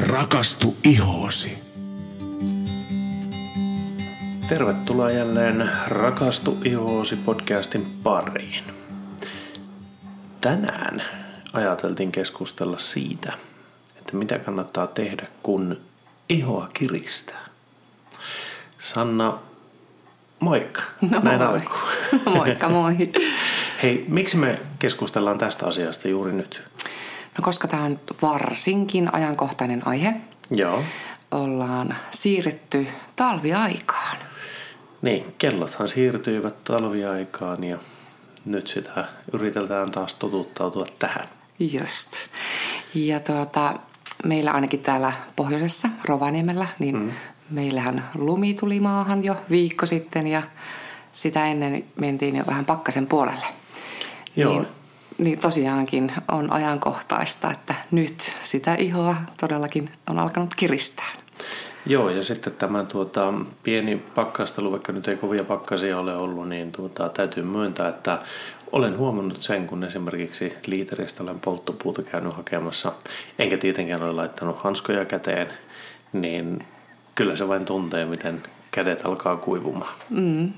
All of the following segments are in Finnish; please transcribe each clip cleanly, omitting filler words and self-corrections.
Rakastu ihoosi. Tervetuloa jälleen Rakastu ihoosi podcastin pariin. Tänään ajateltiin keskustella siitä, että mitä kannattaa tehdä, kun ihoa kiristää. Sanna, moikka. No näin moi. alkuun. Moikka, moi. Hei, miksi me keskustellaan tästä asiasta juuri nyt? No koska tämä on varsinkin ajankohtainen aihe. Joo. Ollaan siirretty talviaikaan. Niin, kellothan siirtyivät talviaikaan ja nyt sitä yritetään taas totuttautua tähän. Just. Ja meillä ainakin täällä pohjoisessa Rovaniemellä, niin meillähän lumi tuli maahan jo viikko sitten ja sitä ennen mentiin jo vähän pakkasen puolelle. Joo. Niin tosiaankin on ajankohtaista, että nyt sitä ihoa todellakin on alkanut kiristää. Joo, ja sitten tämä pieni pakkastelu, vaikka nyt ei kovia pakkasia ole ollut, niin täytyy myöntää, että olen huomannut sen, kun esimerkiksi liiteristä olen polttopuuta käynyt hakemassa, enkä tietenkään ole laittanut hanskoja käteen, niin kyllä se vain tuntee, miten kädet alkaa kuivumaan. Mm.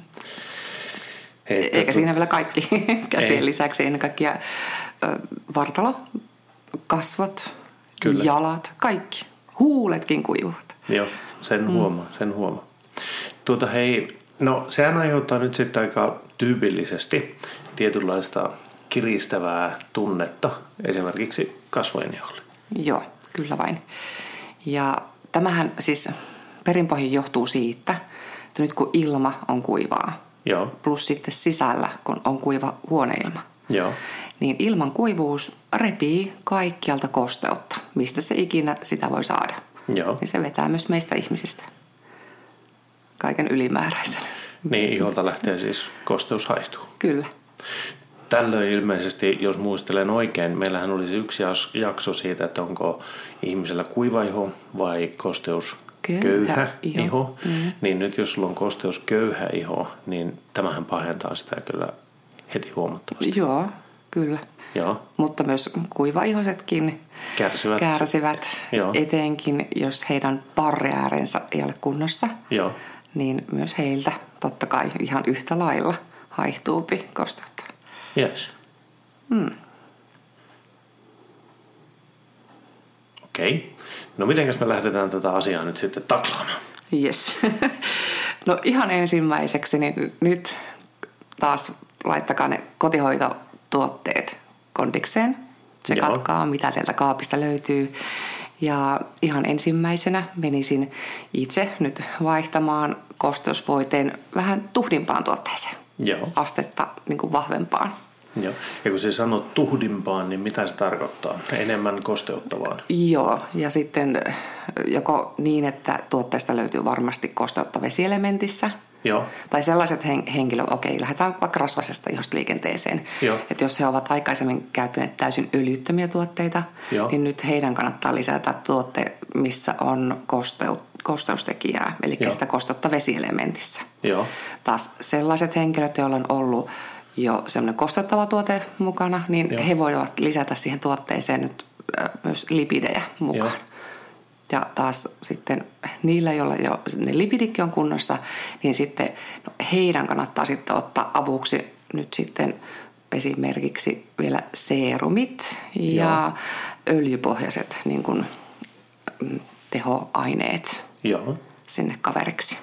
Eikä siinä vielä kaikki käsien lisäksi, ennen kaikkea vartalo, kasvot, kyllä. Jalat, kaikki. Huuletkin kuivuvat. Joo, sen huomaa. Hei, no sehän aiheuttaa nyt sitten aika tyypillisesti tietynlaista kiristävää tunnetta esimerkiksi kasvojen iholle. Joo, kyllä vain. Ja tämähän siis perinpohjin johtuu siitä, että nyt kun ilma on kuivaa, joo. Plus sitten sisällä, kun on kuiva huoneilma, joo. Niin ilman kuivuus repii kaikkialta kosteutta, mistä se ikinä sitä voi saada. Joo. Niin se vetää myös meistä ihmisistä kaiken ylimääräisen. Niin, iholta lähtee siis kosteus haihtuu. Kyllä. Tällöin ilmeisesti, jos muistelen oikein, meillähän olisi yksi jakso siitä, että onko ihmisellä kuiva iho vai kosteusköyhä iho. Mm-hmm. Niin nyt jos sulla on kosteusköyhä iho, niin tämähän pahentaa sitä kyllä heti huomattavasti. Joo, kyllä. Joo. Mutta myös kuivaihoisetkin kärsivät etenkin, jos heidän barriäärinsä ei ole kunnossa. Joo. Niin myös heiltä totta kai ihan yhtä lailla haihtuupi kosteutta. Yes. Okei. No mitenkäs me lähdetään tätä asiaa nyt sitten taklaamaan? Yes. No ihan ensimmäiseksi, niin nyt taas laittakaa ne kotihoitotuotteet kondikseen. Tsekatkaa, mitä teiltä kaapista löytyy. Ja ihan ensimmäisenä menisin itse nyt vaihtamaan kosteusvoiteen vähän tuhdimpaan tuotteeseen. Joo. Astetta niin kuin vahvempaan. Joo. Ja kun se sanoo tuhdimpaan, niin mitä se tarkoittaa? Enemmän kosteuttavaan? Joo, ja sitten joko niin, että tuotteesta löytyy varmasti kosteutta vesielementissä. Joo. Tai sellaiset henkilöt, lähdetään vaikka rasvasesta ihosta liikenteeseen. Joo. Että jos he ovat aikaisemmin käyttäneet täysin öljyttömiä tuotteita, joo. Niin nyt heidän kannattaa lisätä tuotte, missä on kosteustekijää, eli joo. Sitä kosteutta vesielementissä. Joo. Taas sellaiset henkilöt, joilla on ollut jo semmoinen kosteuttava tuote mukana, niin joo. He voivat lisätä siihen tuotteeseen nyt myös lipidejä mukaan. Joo. Ja taas sitten niillä, joilla jo ne lipidikki on kunnossa, niin sitten heidän kannattaa sitten ottaa avuksi nyt sitten esimerkiksi vielä seerumit ja öljypohjaiset niin kuin tehoaineet sinne kaveriksi.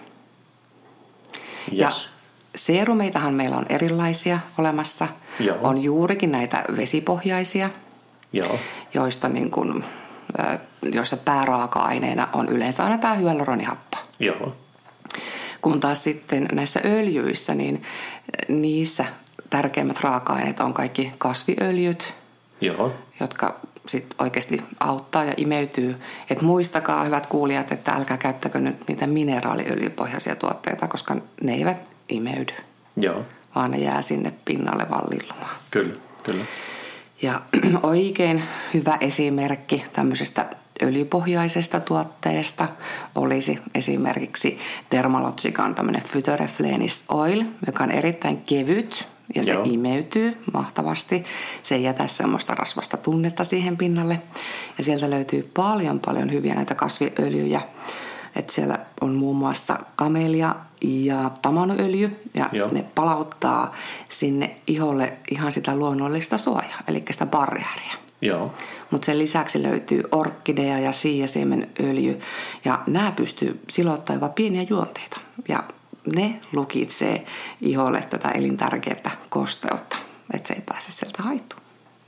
Yes. Ja seerumeitahan meillä on erilaisia olemassa. Joo. On juurikin näitä vesipohjaisia, joista niin kuin joissa pääraaka-aineena on yleensä aina tämä hyaluronihappo. Joo. Kun taas sitten näissä öljyissä, niin niissä tärkeimmät raaka-aineet on kaikki kasviöljyt, joo. Jotka sitten oikeasti auttaa ja imeytyy. Et muistakaa, hyvät kuulijat, että älkää käyttäkö nyt niitä mineraaliöljypohjaisia tuotteita, koska ne eivät imeydy, joo. Vaan ne jää sinne pinnalle vallillumaan. Kyllä, kyllä. Ja oikein hyvä esimerkki tämmöisestä öljypohjaisesta tuotteesta olisi esimerkiksi Dermalogican tämmöinen Phytoreflenis Oil, joka on erittäin kevyt ja se imeytyy mahtavasti. Se ei jätä semmoista rasvasta tunnetta siihen pinnalle. Ja sieltä löytyy paljon hyviä näitä kasviöljyjä. Että siellä on muun muassa kamelia ja tamanoöljy ja ne palauttaa sinne iholle ihan sitä luonnollista suojaa, eli sitä barriäriä. Mutta sen lisäksi löytyy orkkidea ja siiasiemenöljy ja nämä pystyy silottamaan jopa pieniä juonteita ja ne lukitsee iholle tätä elintärkeää kosteutta, että se ei pääse sieltä haittuun.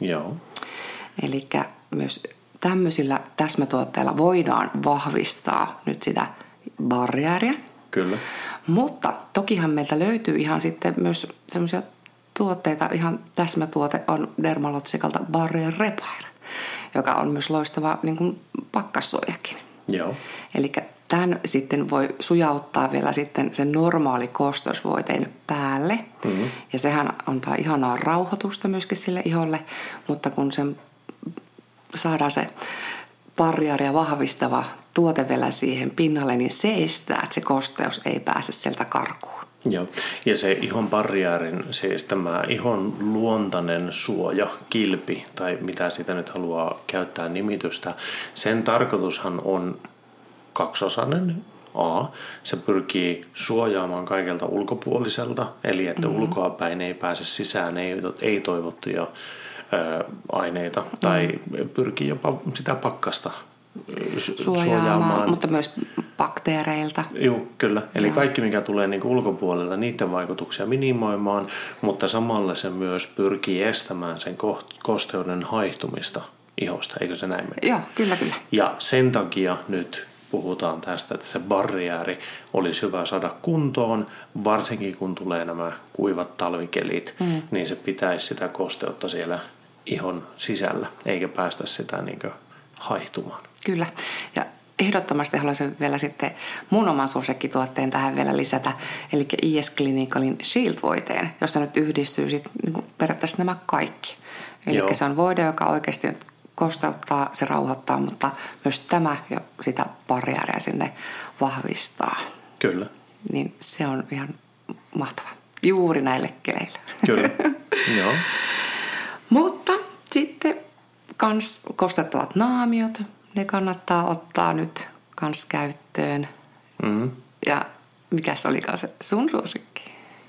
Eli myös tämmöisillä täsmätuotteilla voidaan vahvistaa nyt sitä barriäriä. Kyllä. Mutta tokihan meiltä löytyy ihan sitten myös semmoisia tuotteita, ihan täsmätuote on Dermalogicalta Barrier Repair, joka on myös loistava niin kuin pakkassuojakin. Eli tämän sitten voi sujauttaa vielä sitten sen normaali kosteusvoiteen päälle. Ja sehän antaa ihanaa rauhoitusta myöskin sille iholle, mutta kun sen saadaan se barriaria vahvistava tuote vielä siihen pinnalle, niin se estää, että se kosteus ei pääse sieltä karkuun. Ja se ihon barriärin, siis tämä ihon luontainen suoja, kilpi tai mitä sitä nyt haluaa käyttää nimitystä, sen tarkoitushan on kaksiosainen. Se pyrkii suojaamaan kaikelta ulkopuoliselta, eli että ulkoapäin ei pääse sisään ei-toivottuja aineita tai pyrkii jopa sitä pakkasta suojaamaan. Mutta myös bakteereilta. Joo, kyllä. Eli kaikki mikä tulee niin kuin ulkopuolelta, niiden vaikutuksia minimoimaan, mutta samalla se myös pyrkii estämään sen kosteuden haihtumista ihosta. Eikö se näin mene? Joo, kyllä. Ja sen takia nyt puhutaan tästä, että se barriääri olisi hyvä saada kuntoon, varsinkin kun tulee nämä kuivat talvikelit, niin se pitäisi sitä kosteutta siellä ihon sisällä, eikä päästä sitä niin kuin haihtumaan. Kyllä, ja ehdottomasti haluaisin vielä sitten mun oman suosikkituotteen tähän vielä lisätä, eli IS Clinicalin Shield-voiteen, jossa nyt yhdistyy sitten niin periaatteessa nämä kaikki. Eli se on voide, joka oikeasti kosteuttaa, se rauhoittaa, mutta myös tämä jo sitä barriäriä sinne vahvistaa. Kyllä. Niin se on ihan mahtava. Juuri näille keleille. Kyllä, joo. Mutta sitten kans kosteuttavat naamiot, ne kannattaa ottaa nyt kans käyttöön. Ja mikäs olikaan se sun suosikki?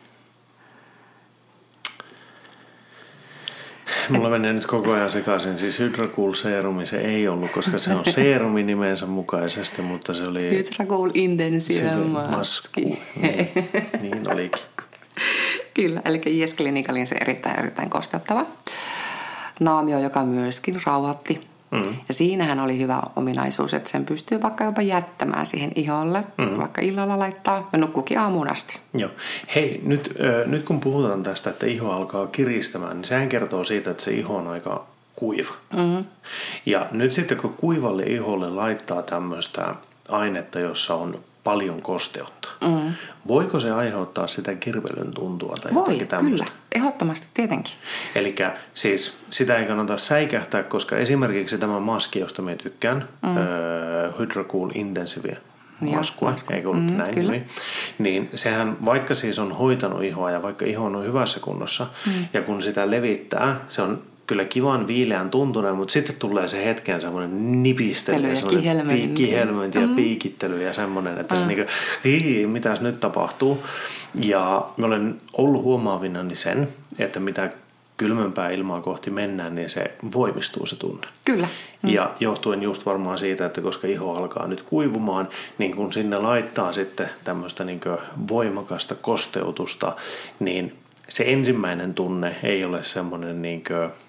Mulla menee nyt koko ajan sekaisin. Siis Hydracool Serumi se ei ollut, koska se on serumi nimensä mukaisesti, mutta se oli Hydracool Intensive Maski. Niin olikin. Kyllä, eli IS Clinicalin se erittäin kosteuttava naamio, joka myöskin rauhoitti. Ja siinähän oli hyvä ominaisuus, että sen pystyy vaikka jopa jättämään siihen iholle, vaikka illalla laittaa ja nukkuukin aamuun asti. Joo. Hei, nyt kun puhutaan tästä, että iho alkaa kiristämään, niin sehän kertoo siitä, että se iho on aika kuiva. Ja nyt sitten kun kuivalle iholle laittaa tämmöistä ainetta, jossa on paljon kosteutta, voiko se aiheuttaa sitä kirvelyn tuntua tai jotakin tämmöistä? Kyllä. Ehdottomasti, tietenkin. Eli siis sitä ei kannata säikähtää, koska esimerkiksi tämä maski, josta me tykkään, Hydracool Intensive Masku, eikö ollut näin nimi, niin sehän vaikka siis on hoitanut ihoa ja vaikka iho on hyvässä kunnossa, ja kun sitä levittää, se on kyllä kivan viileän tuntuneen, mutta sitten tulee se hetken semmoinen nipistely ja kihelmöinti ja piikittely ja semmoinen, että se niinku, mitäs nyt tapahtuu. Ja mä olen ollut huomaavinani sen, että mitä kylmempää ilmaa kohti mennään, niin se voimistuu se tunne. Kyllä. Ja johtuen just varmaan siitä, että koska iho alkaa nyt kuivumaan, niin kun sinne laittaa sitten tämmöistä niinku voimakasta kosteutusta, niin se ensimmäinen tunne ei ole semmoinen niinku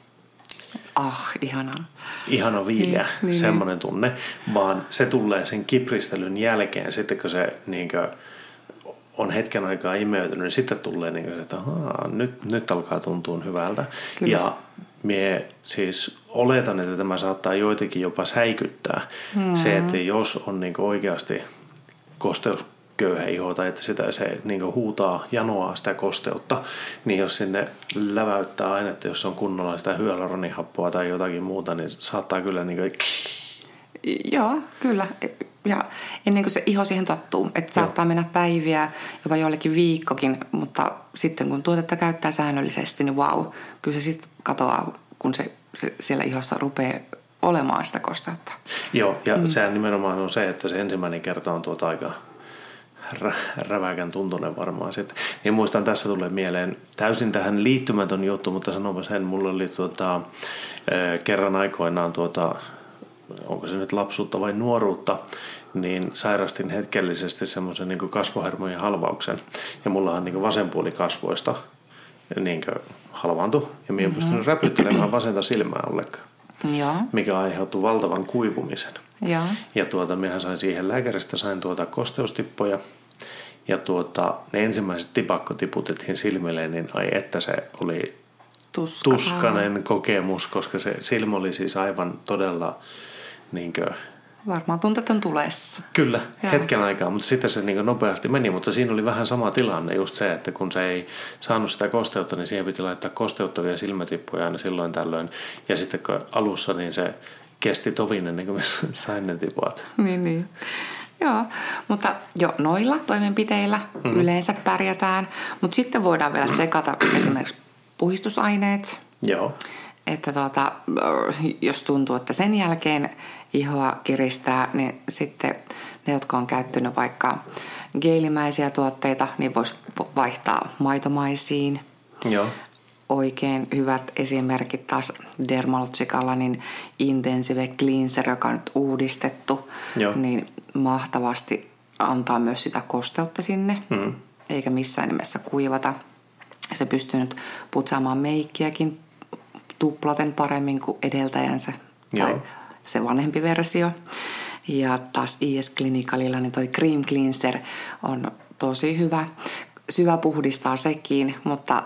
ihana viileä semmoinen tunne, vaan se tulee sen kipristelyn jälkeen, sitten kun se niinkö on hetken aikaa imeytynyt, niin sitten tulee niinkö se, että nyt alkaa tuntua hyvältä. Kyllä. Ja mie siis oletan, että tämä saattaa joitakin jopa säikyttää. Se, että jos on niinkö oikeasti kosteusköyhä iho tai että se niinkö huutaa, janoaa sitä kosteutta, niin jos sinne läväyttää ainetta, jos on kunnolla sitä hyaluronihappoa tai jotakin muuta, niin saattaa kyllä niinkö Joo, kyllä. Ja ennen kuin se iho siihen tottuu, että saattaa mennä päiviä, jopa joillekin viikkokin, mutta sitten kun tuotetta käyttää säännöllisesti, niin kyllä se sitten katoaa, kun se siellä ihossa rupeaa olemaan sitä kosteutta. Joo, ja sehän nimenomaan on se, että se ensimmäinen kerta on aika räväkän tuntunen varmaan sitten. Niin muistan, tässä tulee mieleen täysin tähän liittymätön juttu, mutta sanonpa sen, mulla oli kerran aikoinaan onko se nyt lapsuutta vai nuoruutta, niin sairastin hetkellisesti semmoisen niin kasvohermojen halvauksen. Ja mullahan niin vasen puoli kasvoista niin halvaantui, ja minä en pystynyt räpyttelemään vasenta silmää ollenkaan. Ja. Mikä aiheuttui valtavan kuivumisen. Ja minähän sain siihen lääkäristä, kosteustippoja. Ja ne ensimmäiset tipakot tiputettiin silmille, niin ai että se oli tuskainen kokemus, koska se silmä oli siis aivan todella varmaan tunteton tulessa. Kyllä, hetken aikaa, mutta sitten se nopeasti meni, mutta siinä oli vähän sama tilanne just se, että kun se ei saanut sitä kosteutta, niin siihen piti laittaa kosteuttavia silmätippuja aina silloin tällöin. Ja sitten kun alussa, niin se kesti tovin ennen kuin sain ne tipot. Niin. Joo, mutta jo noilla toimenpiteillä yleensä pärjätään, mutta sitten voidaan vielä tsekata esimerkiksi puhdistusaineet. Joo. Että jos tuntuu, että sen jälkeen ihoa kiristää, niin sitten ne, jotka on käyttänyt vaikka geelimäisiä tuotteita, niin voisi vaihtaa maitomaisiin. Joo. Oikein hyvät esimerkit taas Dermalogicalla, niin Intensive Cleanser, joka on nyt uudistettu, niin mahtavasti antaa myös sitä kosteutta sinne, eikä missään nimessä kuivata. Se pystyy nyt putsaamaan meikkiäkin tuplaten paremmin kuin edeltäjänsä tai se vanhempi versio. Ja taas IS Clinicalilla niin toi Cream Cleanser on tosi hyvä. Syvä puhdistaa sekin, mutta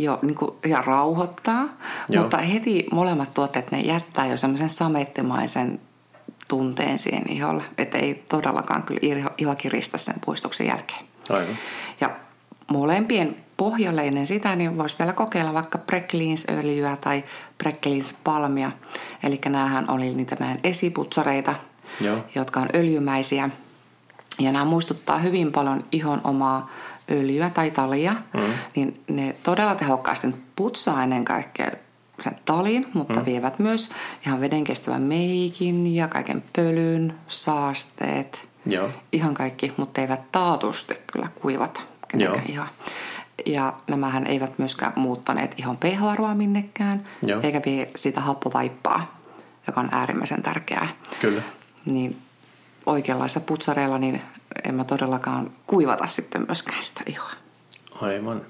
ja rauhoittaa, mutta heti molemmat tuotteet ne jättää jo semmoisen samettimaisen tunteen siihen iholle, että ei todellakaan kyllä iho kiristä sen puistuksen jälkeen. Aivan. Ja molempien pohjalle ennen sitä niin voisi vielä kokeilla vaikka Precleans-öljyä tai Precleans-palmia. Eli näähän oli niitä meidän esiputsareita, jotka on öljymäisiä. Ja nämä muistuttaa hyvin paljon ihon omaa öljyä tai talia. Niin ne todella tehokkaasti putsaa ennen kaikkea sen talin, mutta vievät myös ihan vedenkestävän meikin ja kaiken pölyn, saasteet. Ihan kaikki, mutta eivät taatusti kyllä kuivata kenenkään ihoa. Ja nämähän eivät myöskään muuttaneet ihon pH-arvoa minnekään, eikä vie sitä happovaippaa, joka on äärimmäisen tärkeää. Kyllä. Niin oikeanlaisilla putsareilla niin en mä todellakaan kuivata sitten myöskään sitä ihoa. Aivan.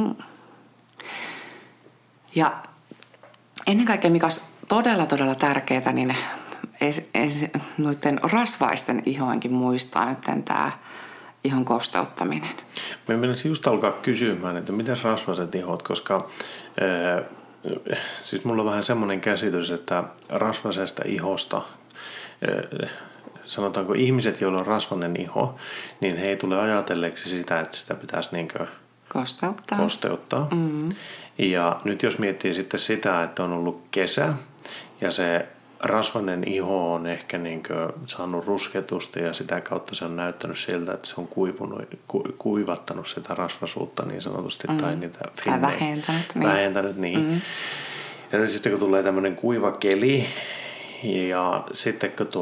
Ja ennen kaikkea, mikä olisi todella tärkeää, niin noiden rasvaisten ihoinkin muistaa nyt tämä ihon kosteuttaminen. Mä menisin just alkaa kysymään, että miten rasvaiset ihot, koska siis mulla on vähän semmoinen käsitys, että rasvaisesta ihosta, sanotaanko ihmiset, joilla on rasvainen iho, niin he ei tule ajatelleeksi sitä, että sitä pitäisi kosteuttaa. Ja nyt jos miettii sitten sitä, että on ollut kesä ja se rasvainen iho on ehkä saanut rusketusta ja sitä kautta se on näyttänyt siltä, että se on kuivattanut sitä rasvasuutta niin sanotusti tai niitä vähentänyt. Niin. Ja nyt sitten kun tulee tämmöinen kuiva keli ja sitten kun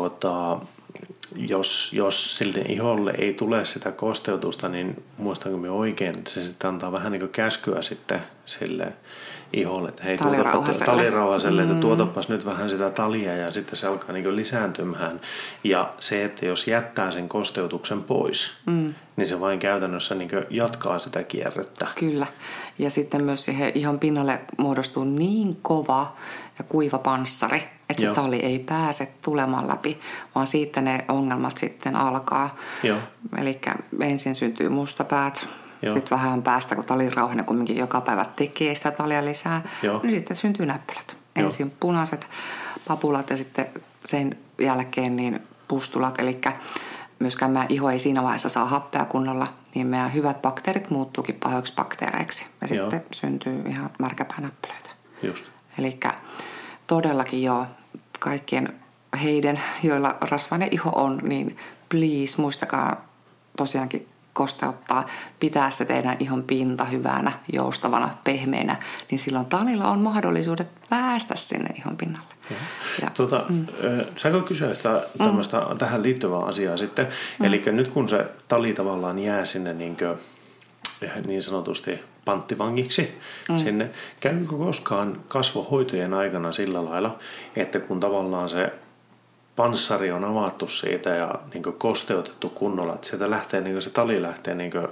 jos sille iholle ei tule sitä kosteutusta, niin muistanko me oikein, että se sitten antaa vähän käskyä sitten sille iholle, että hei, talirauhaselle, että tuotapas nyt vähän sitä talia ja sitten se alkaa lisääntymään. Ja se, että jos jättää sen kosteutuksen pois, niin se vain käytännössä jatkaa sitä kierrettä. Kyllä. Ja sitten myös siihen ihon pinnalle muodostuu niin kova ja kuiva panssari, että se tali ei pääse tulemaan läpi, vaan siitä ne ongelmat sitten alkaa. Eli ensin syntyy mustapäät. Sitten vähän päästä, kun talirauhanen kumminkin joka päivä tekee sitä talia lisää, niin sitten syntyy näppylät. Ensin punaiset papulat ja sitten sen jälkeen niin pustulat. Eli myöskään meidän iho ei siinä vaiheessa saa happea kunnolla, niin meidän hyvät bakteerit muuttuukin pahoiksi bakteereiksi. Ja sitten syntyy ihan märkäpäänäppylöitä. Just. Eli todellakin kaikkien heidän, joilla rasvainen iho on, niin please muistakaa tosiaankin kosteuttaa, pitää se teidän ihon pinta hyvänä, joustavana, pehmeänä, niin silloin talilla on mahdollisuudet päästä sinne ihon pinnalle. Saanko kysyä tämmöistä tähän liittyvää asiaa sitten? Eli nyt kun se tali tavallaan jää sinne niin sanotusti panttivangiksi sinne, käykö koskaan kasvohoitojen aikana sillä lailla, että kun tavallaan se panssari on avattu siitä ja niin kosteutettu kunnolla, että sieltä lähtee, se tali lähtee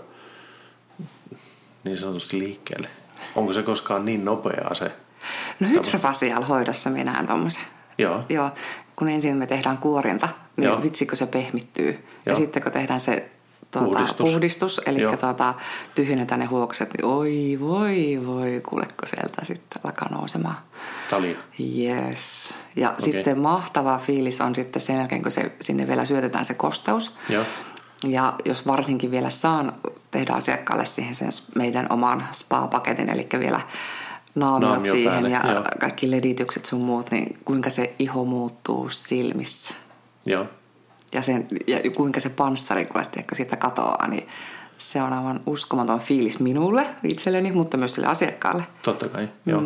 niin sanotusti liikkeelle. Onko se koskaan niin nopeaa se? No hydrofacial-hoidossa minä näen tommosen. Joo. Kun ensin me tehdään kuorinta, niin vitsikö se pehmittyy. Joo. Ja sitten kun tehdään se puhdistus eli tyhjennetään ne huokset, niin oi voi, kuuleko sieltä sitten alkaa nousemaan. Tali. Yes. Ja sitten mahtava fiilis on sitten sen jälkeen, kun sinne vielä syötetään se kosteus. Joo. Ja jos varsinkin vielä saan tehdä asiakkaalle siihen sen meidän oman spa-paketin, eli vielä naamiot siihen päälle. Ja kaikki leditykset sun muut, niin kuinka se iho muuttuu silmissä. Joo. Ja kuinka se panssari, kun siitä katoaa, niin se on aivan uskomaton fiilis minulle itselleni, mutta myös sille asiakkaalle. Totta kai, joo.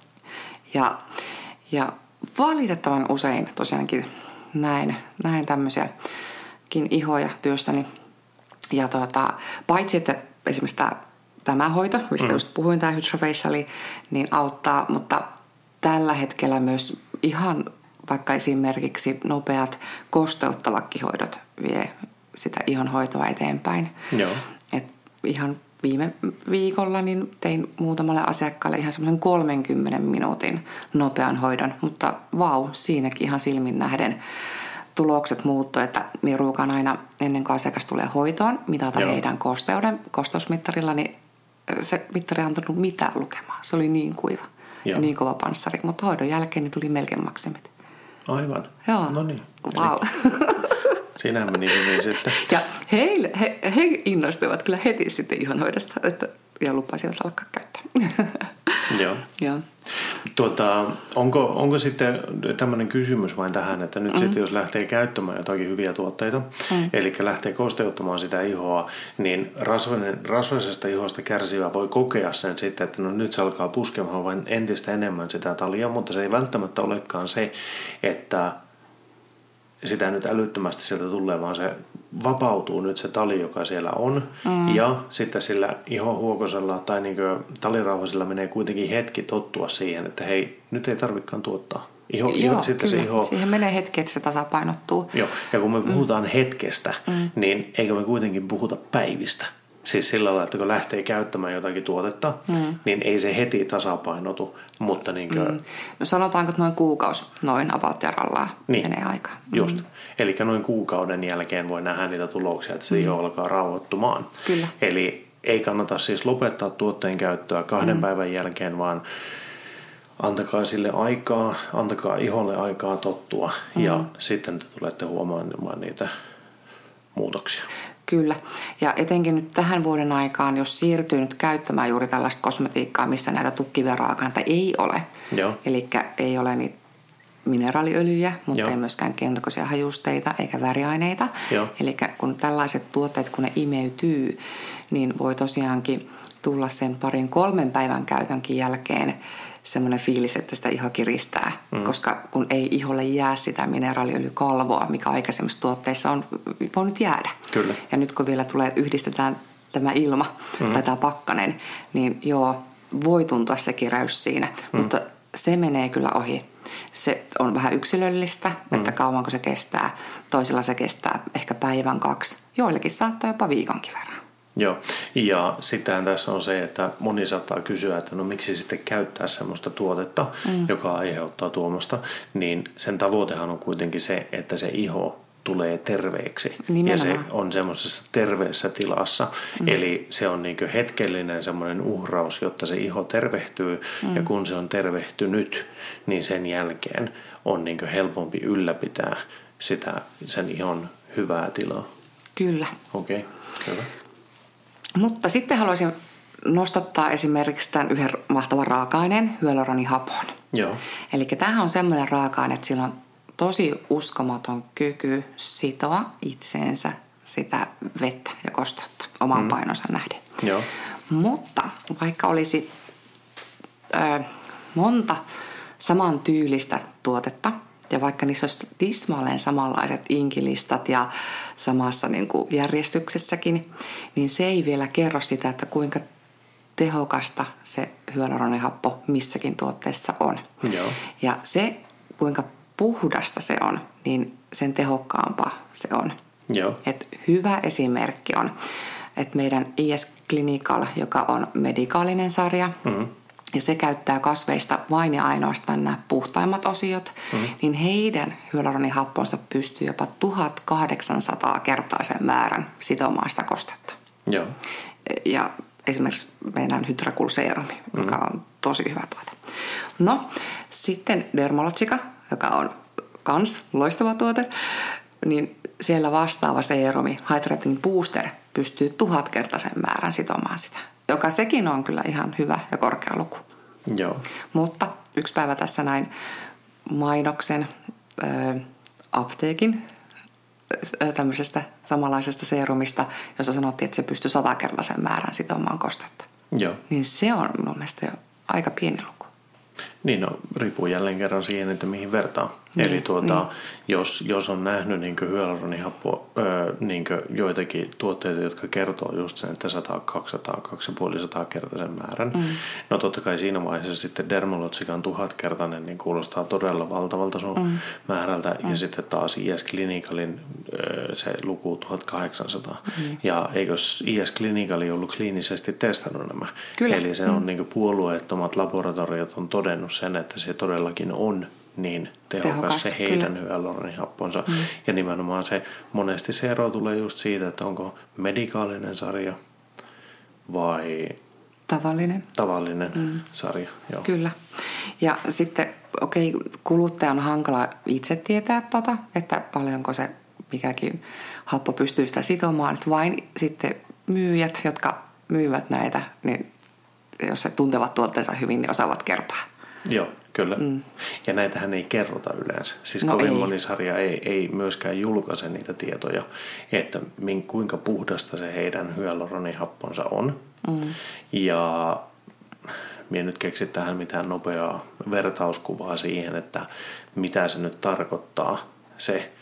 Ja valitettavan usein tosiaankin näin tämmöisiäkin ihoja työssäni. Ja paitsi, että esimerkiksi tämä hoito, mistä just puhuin, tämä hydrofaciali, niin auttaa, mutta tällä hetkellä myös ihan vaikka esimerkiksi nopeat kosteuttavatkin hoidot vie sitä ihonhoitoa eteenpäin. Joo. Et ihan viime viikolla niin tein muutamalle asiakkaalle ihan semmoisen 30 minuutin nopean hoidon, mutta siinäkin ihan silmin nähden tulokset muuttui, että minä ruukaan aina ennen kuin asiakas tulee hoitoon mitata heidän kosteusmittarilla, niin se mittari ei antanut mitään lukemaan. Se oli niin kuiva ja niin kova panssari, mutta hoidon jälkeen niin tuli melkein maksimit. Aivan. Joo. No niin. Wow. Siinähän meni hyvin sitten. Ja he innostuivat kyllä heti sitten ihonhoidosta ja lupasivat alkaa käyttää. Joo. Onko sitten tämmöinen kysymys vain tähän, että nyt sitten jos lähtee käyttämään jotakin hyviä tuotteita, eli lähtee kosteuttamaan sitä ihoa, niin rasvaisesta ihosta kärsivä voi kokea sen sitten, että no nyt se alkaa puskemaan vain entistä enemmän sitä talia, mutta se ei välttämättä olekaan se, että sitä nyt älyttömästi sieltä tulee, vaan se vapautuu nyt se tali, joka siellä on. Ja sitten sillä ihohuokosella tai talirauhasella menee kuitenkin hetki tottua siihen, että hei, nyt ei tarvitsekaan tuottaa. Siihen menee hetki, että se tasapainottuu. Joo, ja kun me puhutaan hetkestä, niin eikö me kuitenkin puhuta päivistä? Siis sillä lailla, että kun lähtee käyttämään jotakin tuotetta, niin ei se heti tasapainotu, mutta No sanotaanko, että noin kuukausi, noin about jarrallaan menee aikaa. Just. Eli noin kuukauden jälkeen voi nähdä niitä tuloksia, että se iho alkaa rauhoittumaan. Kyllä. Eli ei kannata siis lopettaa tuotteen käyttöä 2 päivän jälkeen, vaan antakaa sille aikaa, antakaa iholle aikaa tottua ja sitten te tulette huomaamaan niitä muutoksia. Kyllä. Ja etenkin nyt tähän vuoden aikaan, jos siirtyy nyt käyttämään juuri tällaista kosmetiikkaa, missä näitä tukkivia raaka-aineita ei ole. Eli ei ole niitä mineraaliöljyjä, mutta ei myöskään keinotekoisia hajusteita eikä väriaineita. Eli kun tällaiset tuotteet, kun ne imeytyy, niin voi tosiaankin tulla sen 2-3 päivän käytönkin jälkeen semmoinen fiilis, että sitä iho kiristää, koska kun ei iholle jää sitä mineraaliöljykalvoa, mikä aikaisemmissa tuotteissa on voinut jäädä. Kyllä. Ja nyt kun vielä yhdistetään tämä ilma tai tämä pakkanen, niin voi tuntua se kireys siinä, mutta se menee kyllä ohi. Se on vähän yksilöllistä, että kauanko se kestää. Toisilla se kestää ehkä 1-2, joillekin saattaa jopa viikonkin verran. Joo, ja sittenhän tässä on se, että moni saattaa kysyä, että no miksi sitten käyttää semmoista tuotetta, joka aiheuttaa tuommoista, niin sen tavoitehan on kuitenkin se, että se iho tulee terveeksi. Nimenomaan. Ja se on semmoisessa terveessä tilassa, eli se on niin kuin hetkellinen semmoinen uhraus, jotta se iho tervehtyy, ja kun se on tervehtynyt, niin sen jälkeen on niin kuin helpompi ylläpitää sen ihon hyvää tilaa. Kyllä. Okei, hyvä. Mutta sitten haluaisin nostattaa esimerkiksi tämän yhden mahtavan raaka-aineen, hyaluronihapon. Joo. Eli tämähän on semmoinen raaka-aine, että sillä on tosi uskomaton kyky sitoa itseensä sitä vettä ja kosteutta oman painonsa nähden. Joo. Mutta vaikka olisi monta samantyylistä tuotetta, ja vaikka niissä olisi tismalleen samanlaiset inkilistat ja samassa niin kuin järjestyksessäkin, niin se ei vielä kerro sitä, että kuinka tehokasta se hyaluronihappo missäkin tuotteessa on. Joo. Ja se, kuinka puhdasta se on, niin sen tehokkaampaa se on. Joo. Et hyvä esimerkki on, että meidän IS Clinical, joka on medikaalinen sarja, ja se käyttää kasveista vain ja ainoastaan nämä puhtaimmat osiot, niin heidän hyaluronihapponsa pystyy jopa 1800-kertaisen määrän sitomaan sitä kostetta. Joo. Ja esimerkiksi meidän Hydra-Cool-seerumi, joka on tosi hyvä tuote. No, sitten Dermalogica, joka on kans loistava tuote, niin siellä vastaava seerumi, Hydrating Booster, pystyy 1000-kertaisen määrän sitomaan sitä, joka sekin on kyllä ihan hyvä ja korkea luku. Joo. Mutta yksi päivä tässä näin mainoksen apteekin tämmöisestä samanlaisesta seerumista, jossa sanottiin, että se pystyy 100-kertaisen määrän sitomaan kostetta. Joo. Niin se on mun mielestä jo aika pieni luku. Niin, no riippuu jälleen kerran siihen, että mihin vertaa. Niin, eli jos on nähnyt niin hyaluronihappo niin joitakin tuotteita, jotka kertoo just sen, että 100, 200, 250 kertaisen määrän. No totta kai siinä vaiheessa sitten Dermalogican 1000-kertainen niin kuulostaa todella valtavalta sun määrältä. Ja sitten taas IS Clinicalin se luku 1800. Ja eikös IS Clinical ollut kliinisesti testannut nämä? Kyllä. Eli se on niin puolueettomat laboratoriot on todennut sen, että se todellakin on niin tehokas se heidän hyaluronihapponsa. Ja nimenomaan se, monesti se ero tulee just siitä, että onko medikaalinen sarja vai tavallinen sarja. Joo. Kyllä. Ja sitten, kuluttaja on hankala itse tietää että paljonko se mikäkin happo pystyy sitä sitomaan. Että vain sitten myyjät, jotka myyvät näitä, niin jos he tuntevat tuotteensa hyvin, niin osaavat kertoa. Joo, kyllä. Ja näitähän ei kerrota yleensä. Siis kovin moni sarja ei myöskään julkaise niitä tietoja, että kuinka puhdasta se heidän hyaluronihapponsa on. Ja minä nyt keksin tähän mitään nopeaa vertauskuvaa siihen, että mitä se nyt tarkoittaa se,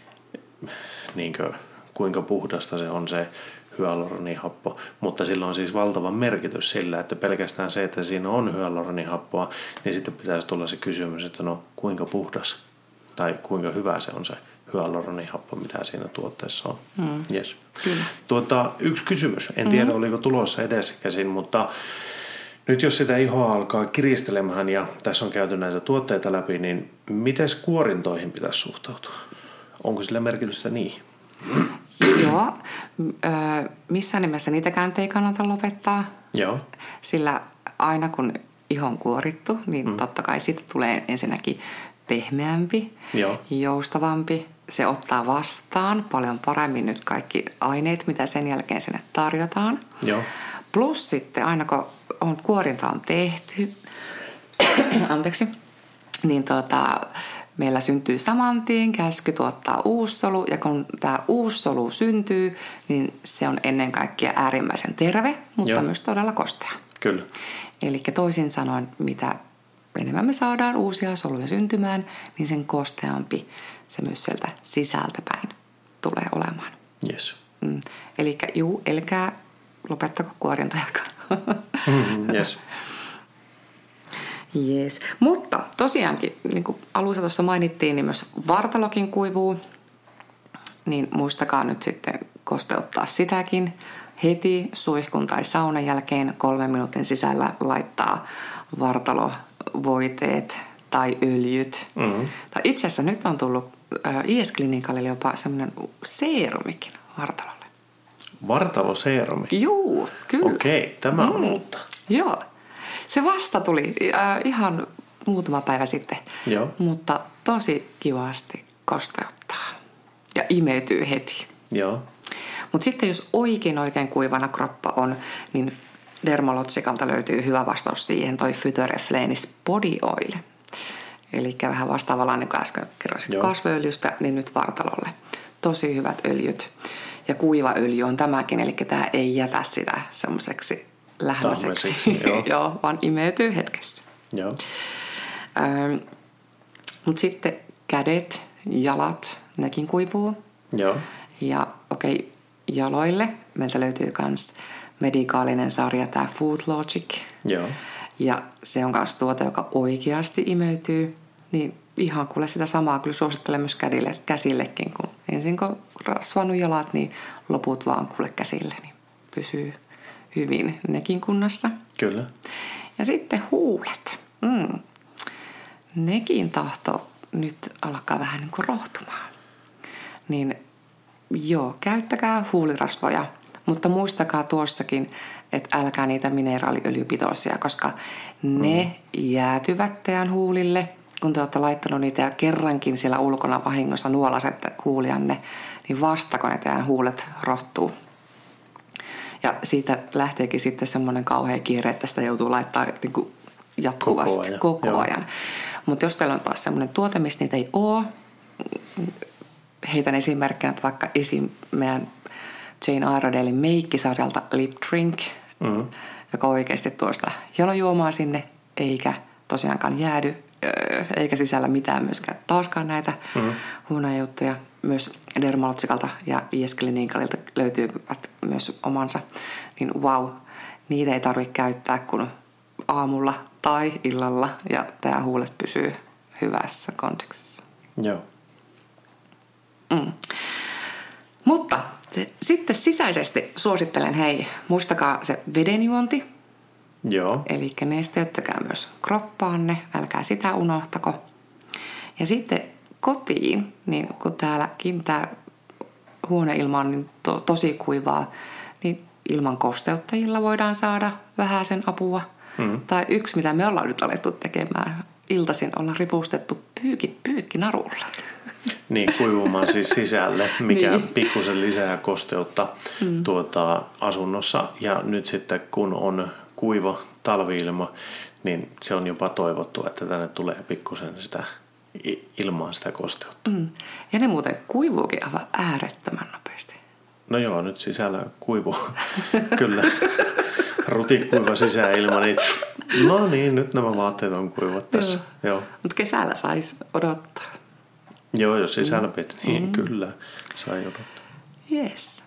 kuinka puhdasta se on se hyaluronihappo, mutta sillä on siis valtava merkitys sillä, että pelkästään se, että siinä on hyaluronihappoa, niin sitten pitäisi tulla se kysymys, että no kuinka puhdas tai kuinka hyvä se on se hyaluronihappo, mitä siinä tuotteessa on. Yes. Kyllä. Yksi kysymys, en tiedä oliko tulossa edeskäsin, mutta nyt jos sitä ihoa alkaa kiristelemään ja tässä on käyty näitä tuotteita läpi, niin miten kuorintoihin pitäisi suhtautua? Onko sillä merkitystä niihin? Joo, missään nimessä niitäkään ei kannata lopettaa. Joo. Sillä aina kun iho on kuorittu, niin totta kai siitä tulee ensinnäkin pehmeämpi, joustavampi. Se ottaa vastaan paljon paremmin nyt kaikki aineet, mitä sen jälkeen sinne tarjotaan. Joo. Plus sitten aina kun kuorinta on tehty, niin meillä syntyy saman tien käsky tuottaa uussolu, ja kun tämä uussolu syntyy, niin se on ennen kaikkea äärimmäisen terve, mutta myös todella kostea. Kyllä. Eli toisin sanoen, mitä enemmän me saadaan uusia soluja syntymään, niin sen kosteampi se myös sieltä sisältä päin tulee olemaan. Yes. Eli älkää lopettako kuorintojakaan. Yes. Jees. Mutta tosiaankin, niin kuin alussa tuossa mainittiin, niin myös vartalokin kuivuu. Niin muistakaa nyt sitten kosteuttaa sitäkin heti suihkun tai saunan jälkeen 3 minuutin sisällä laittaa vartalovoiteet tai öljyt. Tai itse asiassa nyt on tullut IS Clinicalille jopa semmoinen seerumikin vartalolle. Vartaloseerumi? Juu, kyllä. Okei, tämä on uutta. Joo. Se vasta tuli ihan muutama päivä sitten, mutta tosi kivasti kosteuttaa ja imeytyy heti. Joo. Mutta sitten jos oikein kuivana kroppa on, niin Dermalogicalta löytyy hyvä vastaus siihen, toi Phytoreflenis Body Oil. Eli vähän vastaavalla, niin kuin äsken kerroisin kasvoöljystä, niin nyt vartalolle. Tosi hyvät öljyt. Ja kuiva öljy on tämäkin, eli tämä ei jätä sitä semmoiseksi lähmäiseksi, joo, vaan imeytyy hetkessä. Joo. Mutta sitten kädet, jalat, nekin kuivuu. Joo. Ja jaloille meiltä löytyy myös medikaalinen sarja, tämä Food Logic. Joo. Ja se on myös tuote, joka oikeasti imeytyy. Niin ihan kuule sitä samaa kyllä suosittelen myös käsillekin. Kun ensin kun rasvannut jalat, niin loput vaan kuule käsille. Niin pysyy hyvin nekin kunnossa. Kyllä. Ja sitten huulet. Nekin tahtoo nyt alkaa vähän niin kuin rohtumaan. Niin joo, käyttäkää huulirasvoja, mutta muistakaa tuossakin, että älkää niitä mineraaliöljypitoisia, koska ne jäätyvät teidän huulille. Kun te olette laittanut niitä ja kerrankin siellä ulkona vahingossa nuolasette huulianne, niin vastako ne teidän huulet rohtuu. Ja siitä lähteekin sitten semmoinen kauhea kiire, että sitä joutuu laittaa niin kuin jatkuvasti koko ajan. Mutta jos teillä on taas semmoinen tuote, missä niitä ei ole, heitän esimerkkinä, että vaikka meidän Jane Iredalein meikkisarjalta Lip Drink, joka oikeasti tuosta janojuomaa sinne, eikä tosiaankaan jäädy, eikä sisällä mitään myöskään taaskaan näitä huonoja juttuja. Myös Dermalogikalta ja IS Clinicalilta löytyy myös omansa, niin niitä ei tarvitse käyttää kuin aamulla tai illalla, ja tämä huulet pysyy hyvässä kontekstissa. Joo. Mutta sitten sisäisesti suosittelen, muistakaa se vedenjuonti. Joo. Eli nesteyttäkää myös kroppaanne, älkää sitä unohtako. Ja sitten kotiin, niin kun täälläkin tämä huoneilma on niin tosi kuivaa, niin ilman kosteuttajilla voidaan saada vähän sen apua. Tai yksi, mitä me ollaan nyt alettu tekemään, iltaisin ollaan ripustettu pyykkinarulla. Niin, kuivumaan siis sisälle, mikä pikkusen lisää kosteutta asunnossa. Ja nyt sitten, kun on kuiva talvi-ilma, niin se on jopa toivottu, että tänne tulee pikkusen sitä ilmaan sitä kosteutta. Ja ne muuten kuivuukin aivan äärettömän nopeasti. No joo, nyt sisällä kuivuu. Kyllä. Rutikuiva sisäilma, niin no niin, nyt nämä vaatteet on kuivat tässä. Joo. Mutta kesällä saisi odottaa. Joo, jos sisällä pitää, niin kyllä sai odottaa. Yes.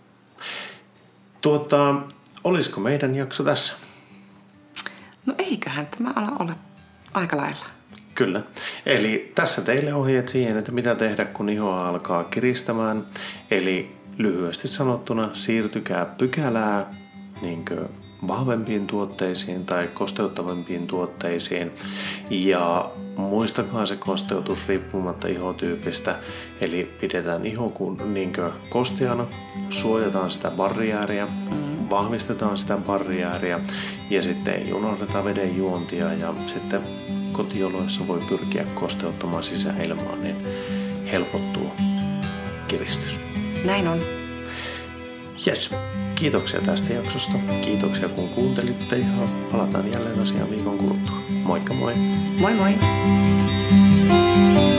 Olisiko meidän jakso tässä? No eiköhän tämä ala ole aika lailla. Kyllä. Eli tässä teille ohjeet siihen, että mitä tehdä, kun ihoa alkaa kiristämään. Eli lyhyesti sanottuna siirtykää pykälää vahvempiin tuotteisiin tai kosteuttavampiin tuotteisiin. Ja muistakaa se kosteutus riippumatta ihotyypistä. Eli pidetään iho kosteana, suojataan sitä barriääriä, vahvistetaan sitä barriääriä ja sitten ei unohdeta veden juontia ja sitten kotioloissa voi pyrkiä kosteuttamaan sisäilmaa, niin helpottuu kiristys. Näin on. Jes. Kiitoksia tästä jaksosta. Kiitoksia kun kuuntelitte ja palataan jälleen asiaan viikon kuluttua. Moikka moi! Moi moi!